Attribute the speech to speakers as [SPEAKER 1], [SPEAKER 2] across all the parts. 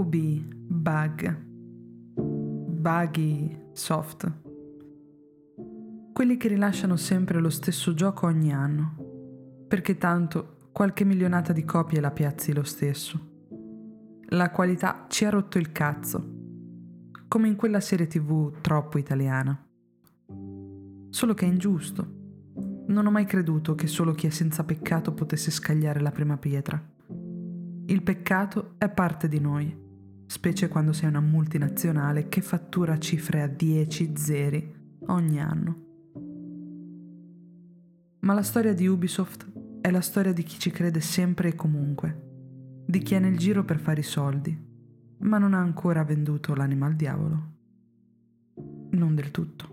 [SPEAKER 1] Ubisoft. Quelli che rilasciano sempre lo stesso gioco ogni anno, perché tanto qualche milionata di copie la piazzi lo stesso. La qualità ci ha rotto il cazzo, come in quella serie TV troppo italiana. Solo che è ingiusto. Non ho mai creduto che solo chi è senza peccato potesse scagliare la prima pietra. Il peccato è parte di noi, specie quando sei una multinazionale che fattura cifre a 10 zeri ogni anno. Ma la storia di Ubisoft è la storia di chi ci crede sempre e comunque, di chi è nel giro per fare i soldi, ma non ha ancora venduto l'anima al diavolo. Non del tutto.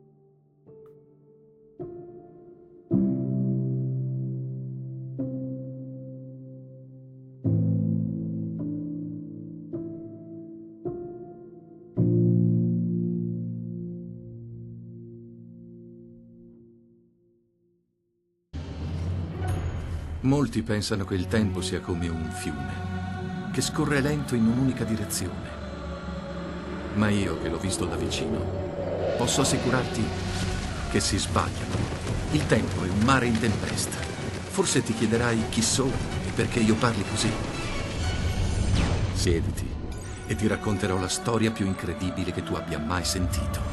[SPEAKER 2] Molti pensano che il tempo sia come un fiume, che scorre lento in un'unica direzione. Ma io, che l'ho visto da vicino, posso assicurarti che si sbagliano. Il tempo è un mare in tempesta. Forse ti chiederai chi sono e perché io parli così. Siediti e ti racconterò la storia più incredibile che tu abbia mai sentito.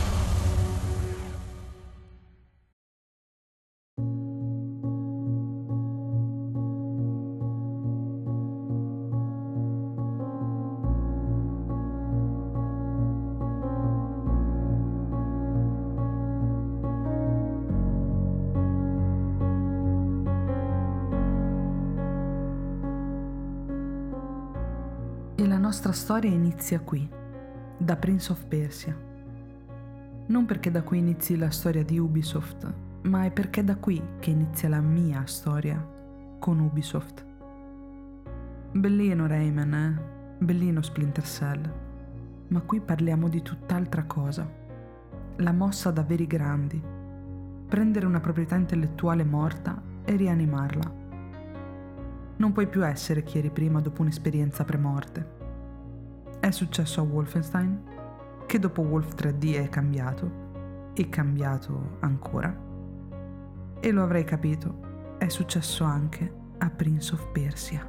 [SPEAKER 1] E la nostra storia inizia qui, da Prince of Persia. Non perché da qui inizi la storia di Ubisoft, ma è perché è da qui che inizia la mia storia con Ubisoft. Bellino Rayman, bellino Splinter Cell, ma qui parliamo di tutt'altra cosa. La mossa da veri grandi, prendere una proprietà intellettuale morta e rianimarla. Non puoi più essere chi eri prima dopo un'esperienza premorte. È successo a Wolfenstein, che dopo Wolf 3D è cambiato, e cambiato ancora. E lo avrei capito, è successo anche a Prince of Persia.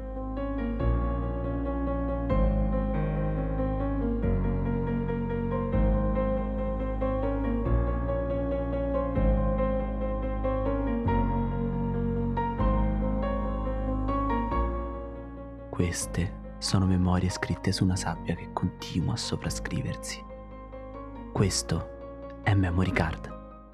[SPEAKER 3] Queste sono memorie scritte su una sabbia che continua a sovrascriversi. Questo è Memory Card.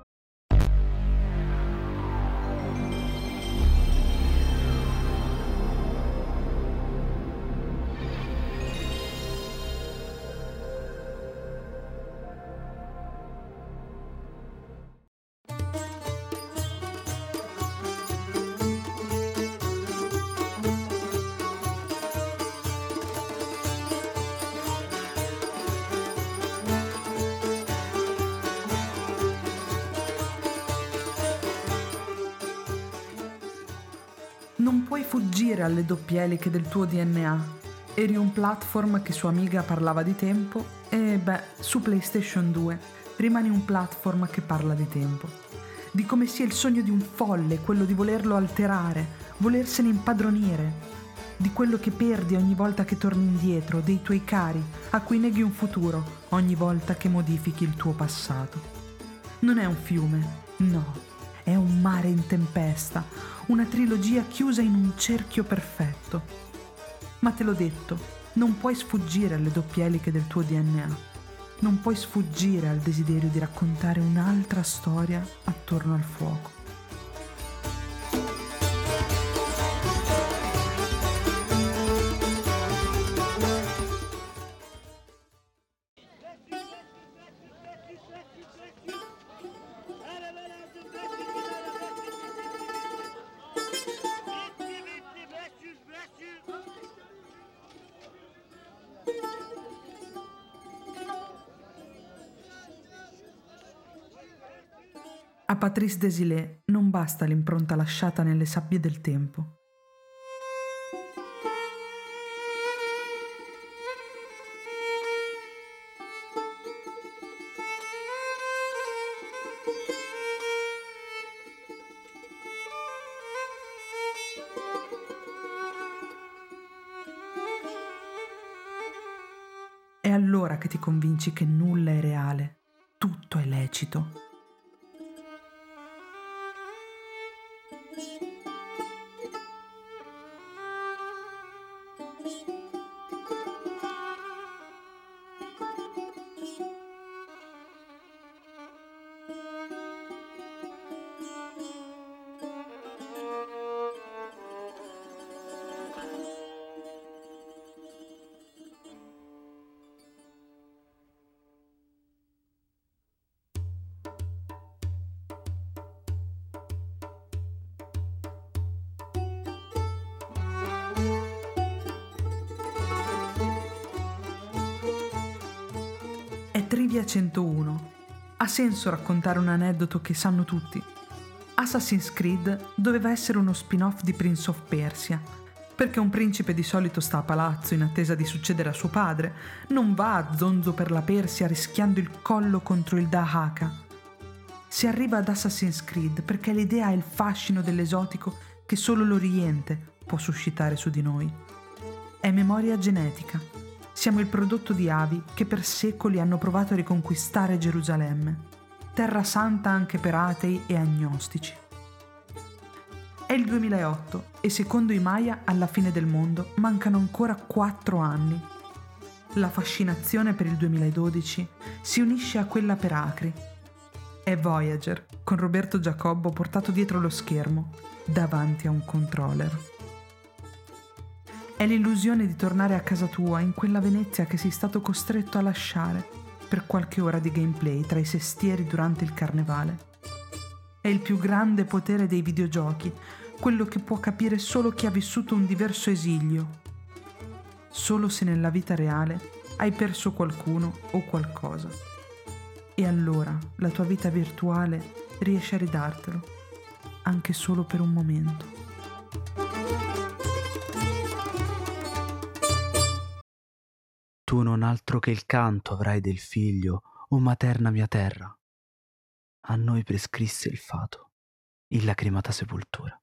[SPEAKER 1] Non puoi fuggire alle doppie eliche del tuo DNA. Eri un platform che su Amiga parlava di tempo e, su PlayStation 2 rimani un platform che parla di tempo. Di come sia il sogno di un folle quello di volerlo alterare, volersene impadronire. Di quello che perdi ogni volta che torni indietro, dei tuoi cari, a cui neghi un futuro ogni volta che modifichi il tuo passato. Non è un fiume, no. È un mare in tempesta, una trilogia chiusa in un cerchio perfetto. Ma te l'ho detto, non puoi sfuggire alle doppie eliche del tuo DNA. Non puoi sfuggire al desiderio di raccontare un'altra storia attorno al fuoco. A Patrice Désilets non basta l'impronta lasciata nelle sabbie del tempo. È allora che ti convinci che nulla è reale, tutto è lecito. Trivia 101. Ha senso raccontare un aneddoto che sanno tutti? Assassin's Creed doveva essere uno spin-off di Prince of Persia, perché un principe di solito sta a palazzo in attesa di succedere a suo padre, non va a zonzo per la Persia rischiando il collo contro il Dahaka. Si arriva ad Assassin's Creed perché l'idea è il fascino dell'esotico che solo l'Oriente può suscitare su di noi. È memoria genetica. Siamo il prodotto di avi che per secoli hanno provato a riconquistare Gerusalemme, terra santa anche per atei e agnostici. È il 2008 e secondo i Maya alla fine del mondo mancano ancora 4 anni. La fascinazione per il 2012 si unisce a quella per Acri. È Voyager, con Roberto Giacobbo portato dietro lo schermo, davanti a un controller. È l'illusione di tornare a casa tua in quella Venezia che sei stato costretto a lasciare per qualche ora di gameplay tra i sestieri durante il carnevale. È il più grande potere dei videogiochi, quello che può capire solo chi ha vissuto un diverso esilio. Solo se nella vita reale hai perso qualcuno o qualcosa. E allora la tua vita virtuale riesce a ridartelo, anche solo per un momento.
[SPEAKER 3] Tu non altro che il canto avrai del figlio, o materna mia terra. A noi prescrisse il fato, in lacrimata sepoltura.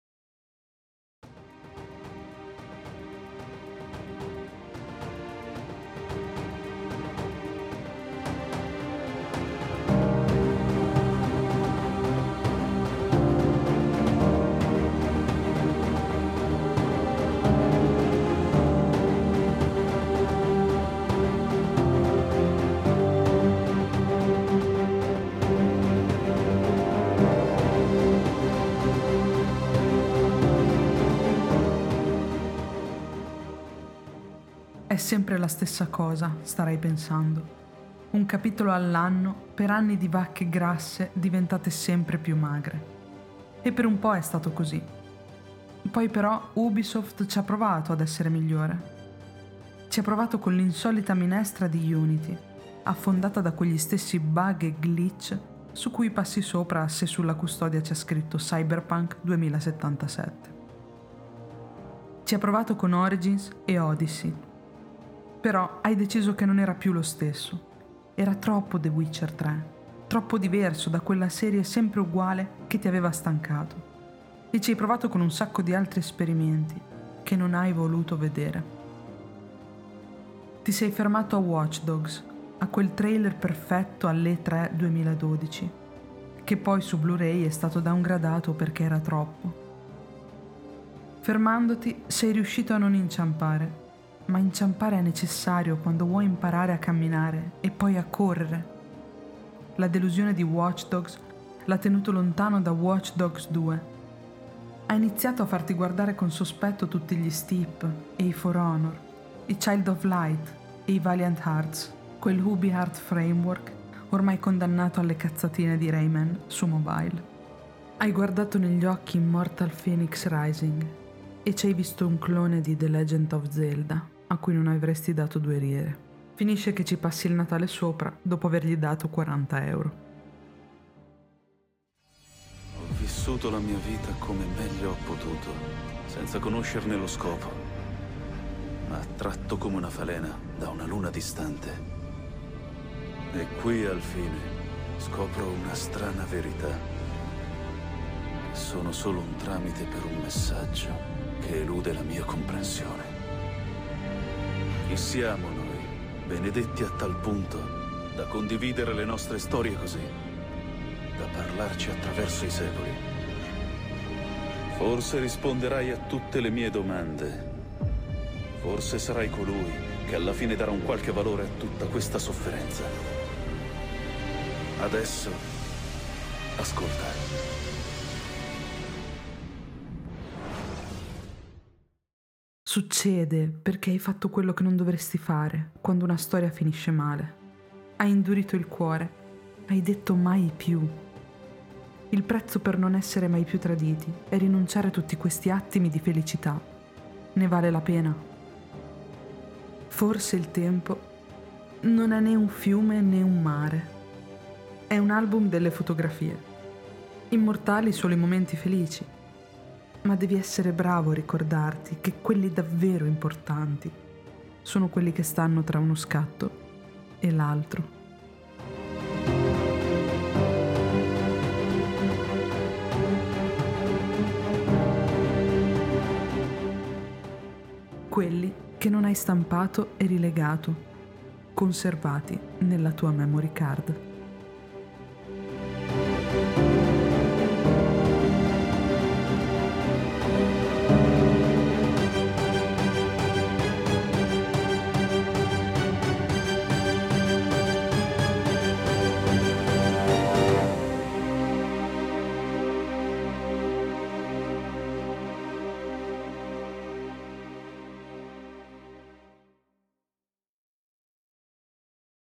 [SPEAKER 1] È sempre la stessa cosa, starai pensando. Un capitolo all'anno per anni di vacche grasse diventate sempre più magre. E per un po' è stato così. Poi però Ubisoft ci ha provato ad essere migliore. Ci ha provato con l'insolita minestra di Unity, affondata da quegli stessi bug e glitch su cui passi sopra se sulla custodia c'è scritto Cyberpunk 2077. Ci ha provato con Origins e Odyssey. Però hai deciso che non era più lo stesso. Era troppo The Witcher 3, troppo diverso da quella serie sempre uguale che ti aveva stancato. E ci hai provato con un sacco di altri esperimenti che non hai voluto vedere. Ti sei fermato a Watch Dogs, a quel trailer perfetto all'E3 2012, che poi su Blu-ray è stato downgradato perché era troppo. Fermandoti sei riuscito a non inciampare, ma inciampare è necessario quando vuoi imparare a camminare e poi a correre. La delusione di Watch Dogs l'ha tenuto lontano da Watch Dogs 2. Ha iniziato a farti guardare con sospetto tutti gli Steep e i For Honor, i Child of Light e i Valiant Hearts, quel UbiHeart Framework ormai condannato alle cazzatine di Rayman su mobile. Hai guardato negli occhi Immortal Phoenix Rising e ci hai visto un clone di The Legend of Zelda a cui non avresti dato 2 lire. Finisce che ci passi il Natale sopra dopo avergli dato 40 euro.
[SPEAKER 4] Ho vissuto la mia vita come meglio ho potuto, senza conoscerne lo scopo, ma attratto come una falena da una luna distante. E qui al fine scopro una strana verità. Sono solo un tramite per un messaggio che elude la mia comprensione. Chi siamo noi? benedetti a tal punto da condividere le nostre storie così, da parlarci attraverso i secoli. Forse risponderai a tutte le mie domande. Forse sarai colui che alla fine darà un qualche valore a tutta questa sofferenza. Adesso, ascolta.
[SPEAKER 1] Succede perché hai fatto quello che non dovresti fare quando una storia finisce male. Hai indurito il cuore, hai detto mai più. Il prezzo per non essere mai più traditi è rinunciare a tutti questi attimi di felicità. Ne vale la pena? Forse il tempo non è né un fiume né un mare. È un album delle fotografie. Immortali solo i momenti felici. Ma devi essere bravo a ricordarti che quelli davvero importanti sono quelli che stanno tra uno scatto e l'altro. Quelli che non hai stampato e rilegato, conservati nella tua memory card.